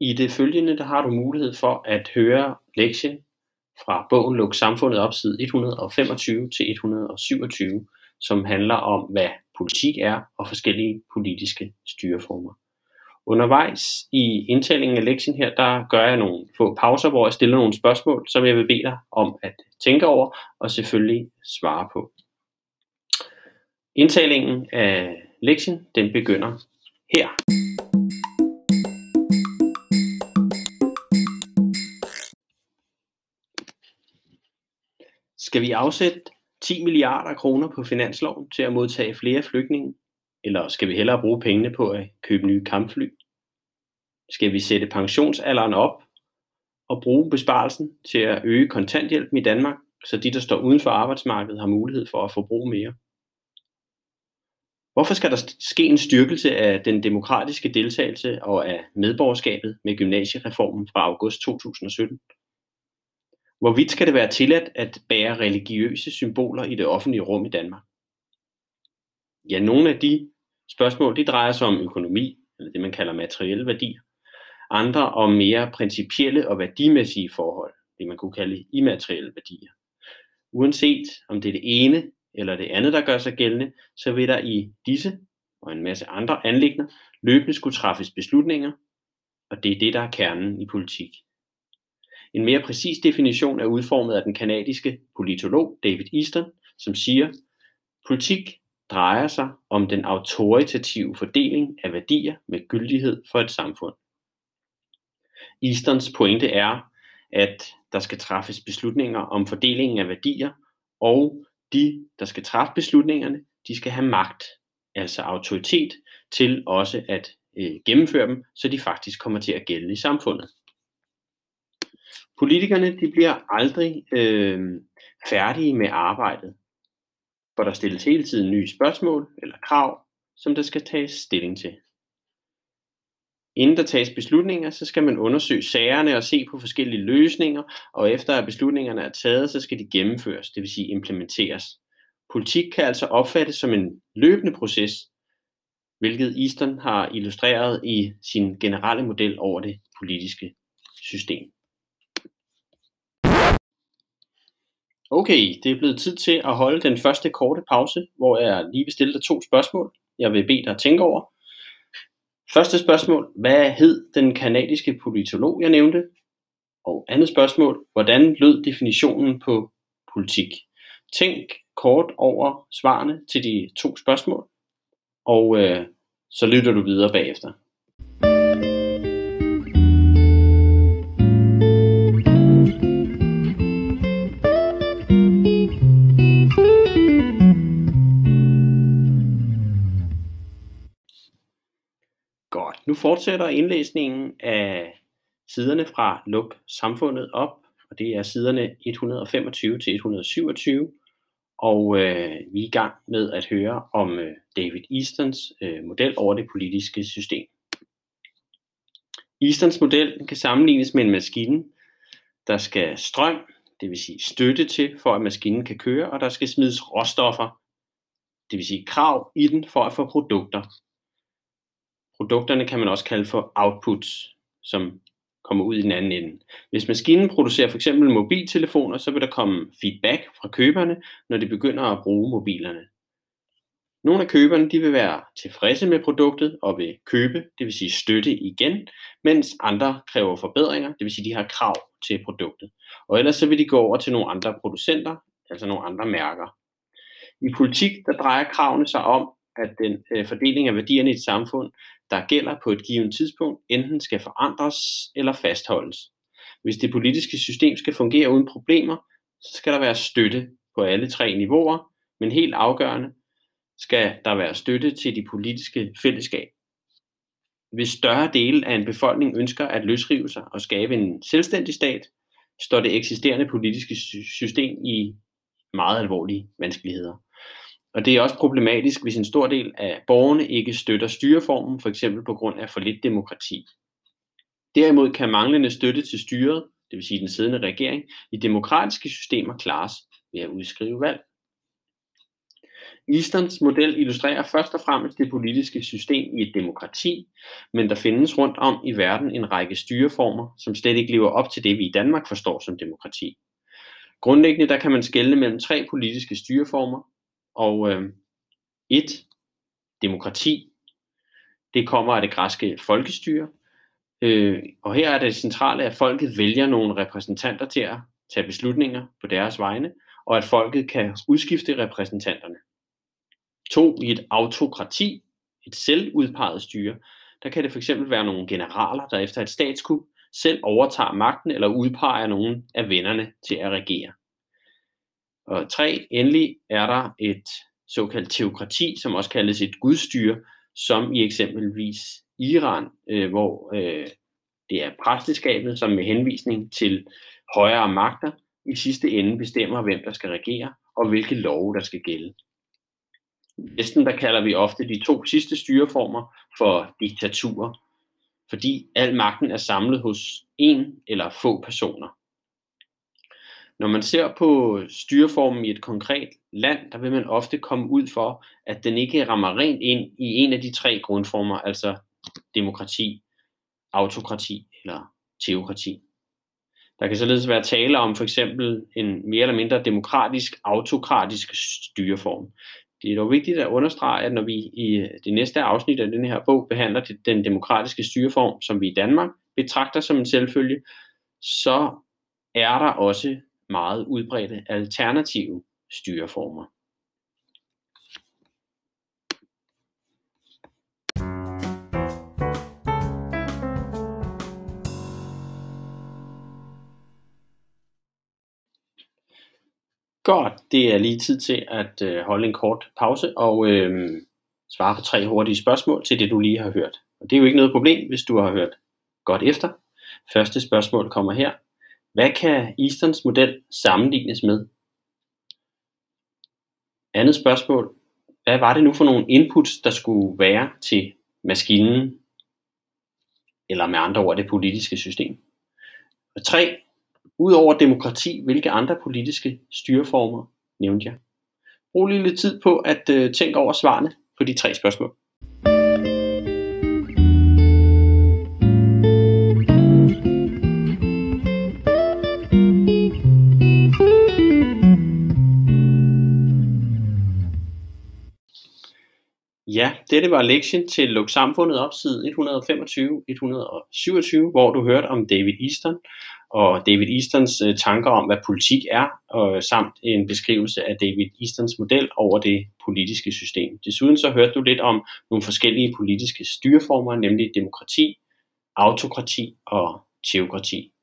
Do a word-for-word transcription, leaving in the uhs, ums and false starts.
I det følgende der har du mulighed for at høre lektien fra bogen Luk samfundet op, side et hundrede og femogtyve til et hundrede og syvogtyve, som handler om, hvad politik er og forskellige politiske styreformer. Undervejs i indtælingen af lektien her, der gør jeg nogle få pauser, hvor jeg stiller nogle spørgsmål, som jeg vil bede dig om at tænke over og selvfølgelig svare på. Indtælingen af lektien, den begynder her. Skal vi afsætte ti milliarder kroner på finansloven til at modtage flere flygtninge? Eller skal vi hellere bruge pengene på at købe nye kampfly? Skal vi sætte pensionsalderen op og bruge besparelsen til at øge kontanthjælpen i Danmark, så de, der står uden for arbejdsmarkedet, har mulighed for at forbruge mere? Hvorfor skal der ske en styrkelse af den demokratiske deltagelse og af medborgerskabet med gymnasiereformen fra august to tusind og sytten? Hvorvidt skal det være tilladt at bære religiøse symboler i det offentlige rum i Danmark? Ja, nogle af de spørgsmål, de drejer sig om økonomi, eller det man kalder materielle værdier. Andre om mere principielle og værdimæssige forhold, det man kunne kalde immaterielle værdier. Uanset om det er det ene eller det andet, der gør sig gældende, så vil der i disse og en masse andre anliggender løbende skulle træffes beslutninger, og det er det, der er kernen i politik. En mere præcis definition er udformet af den canadiske politolog David Easton, som siger, politik drejer sig om den autoritative fordeling af værdier med gyldighed for et samfund. Eastons pointe er, at der skal træffes beslutninger om fordelingen af værdier, og de, der skal træffe beslutningerne, de skal have magt, altså autoritet, til også at øh, gennemføre dem, så de faktisk kommer til at gælde i samfundet. Politikerne de bliver aldrig øh, færdige med arbejdet, for der stilles hele tiden nye spørgsmål eller krav, som der skal tages stilling til. Inden der tages beslutninger, så skal man undersøge sagerne og se på forskellige løsninger, og efter at beslutningerne er taget, så skal de gennemføres, det vil sige implementeres. Politik kan altså opfattes som en løbende proces, hvilket Easton har illustreret i sin generelle model over det politiske system. Okay, det er blevet tid til at holde den første korte pause, hvor jeg lige vil stille dig to spørgsmål, jeg vil bede dig at tænke over. Første spørgsmål, hvad hed den canadiske politolog, jeg nævnte? Og andet spørgsmål, hvordan lød definitionen på politik? Tænk kort over svarene til de to spørgsmål, og øh, så lytter du videre bagefter. Godt, nu fortsætter indlæsningen af siderne fra Luk samfundet op, og det er siderne et hundrede og femogtyve til et hundrede og syvogtyve, og øh, vi er i gang med at høre om øh, David Eastons øh, model over det politiske system. Eastons model kan sammenlignes med en maskine, der skal strøm, det vil sige støtte til, for at maskinen kan køre, og der skal smides råstoffer, det vil sige krav i den, for at få produkter. Produkterne kan man også kalde for outputs, som kommer ud i den anden ende. Hvis maskinen producerer for eksempel mobiltelefoner, så vil der komme feedback fra køberne, når de begynder at bruge mobilerne. Nogle af køberne de vil være tilfredse med produktet og vil købe, det vil sige støtte igen, mens andre kræver forbedringer, det vil sige de har krav til produktet. Og ellers så vil de gå over til nogle andre producenter, altså nogle andre mærker. I politik der drejer kravene sig om, at den øh, fordeling af værdierne i et samfund, der gælder på et givet tidspunkt, enten skal forandres eller fastholdes. Hvis det politiske system skal fungere uden problemer, så skal der være støtte på alle tre niveauer, men helt afgørende skal der være støtte til de politiske fællesskab. Hvis større dele af en befolkning ønsker at løsrive sig og skabe en selvstændig stat, står det eksisterende politiske system i meget alvorlige vanskeligheder. Og det er også problematisk, hvis en stor del af borgerne ikke støtter styreformen, f.eks. på grund af for lidt demokrati. Derimod kan manglende støtte til styret, det vil sige den siddende regering, i demokratiske systemer klares ved at udskrive valg. Eastons model illustrerer først og fremmest det politiske system i et demokrati, men der findes rundt om i verden en række styreformer, som slet ikke lever op til det, vi i Danmark forstår som demokrati. Grundlæggende der kan man skelne mellem tre politiske styreformer, og øh, et, demokrati, det kommer af det græske folkestyre, øh, og her er det centrale, at folket vælger nogle repræsentanter til at tage beslutninger på deres vegne, og at folket kan udskifte repræsentanterne. To, i et autokrati, et selvudpeget styre, der kan det fx være nogle generaler, der efter et statskup selv overtager magten eller udpeger nogle af vennerne til at regere. Og tre, endelig er der et såkaldt teokrati, som også kaldes et gudstyre, som i eksempelvis Iran, øh, hvor øh, det er præsteskabet, som med henvisning til højere magter i sidste ende bestemmer, hvem der skal regere og hvilke love der skal gælde. I Vesten der kalder vi ofte de to sidste styreformer for diktaturer, fordi al magten er samlet hos en eller få personer. Når man ser på styreformen i et konkret land, der vil man ofte komme ud for, at den ikke rammer rent ind i en af de tre grundformer, altså demokrati, autokrati eller teokrati. Der kan således være tale om for eksempel en mere eller mindre demokratisk, autokratisk styreform. Det er dog vigtigt at understrege, at når vi i det næste afsnit af denne her bog behandler den demokratiske styreform, som vi i Danmark betragter som en selvfølge, så er der også meget udbredte alternative styreformer. Godt, det er lige tid til at øh, holde en kort pause og øh, svare på tre hurtige spørgsmål til det, du lige har hørt. Og det er jo ikke noget problem, hvis du har hørt godt efter. Første spørgsmål kommer her. Hvad kan Eastons model sammenlignes med? Andet spørgsmål. Hvad var det nu for nogle inputs, der skulle være til maskinen, eller med andre ord det politiske system? Og tre. Udover demokrati, hvilke andre politiske styreformer nævnte jeg? Brug lige lidt tid på at øh, tænke over svarene på de tre spørgsmål. Ja, dette var lektien til Luk Samfundet op side et hundrede femogtyve til et hundrede syvogtyve, hvor du hørte om David Easton og David Eastons øh, tanker om, hvad politik er, og samt en beskrivelse af David Eastons model over det politiske system. Desuden så hørte du lidt om nogle forskellige politiske styreformer, nemlig demokrati, autokrati og teokrati.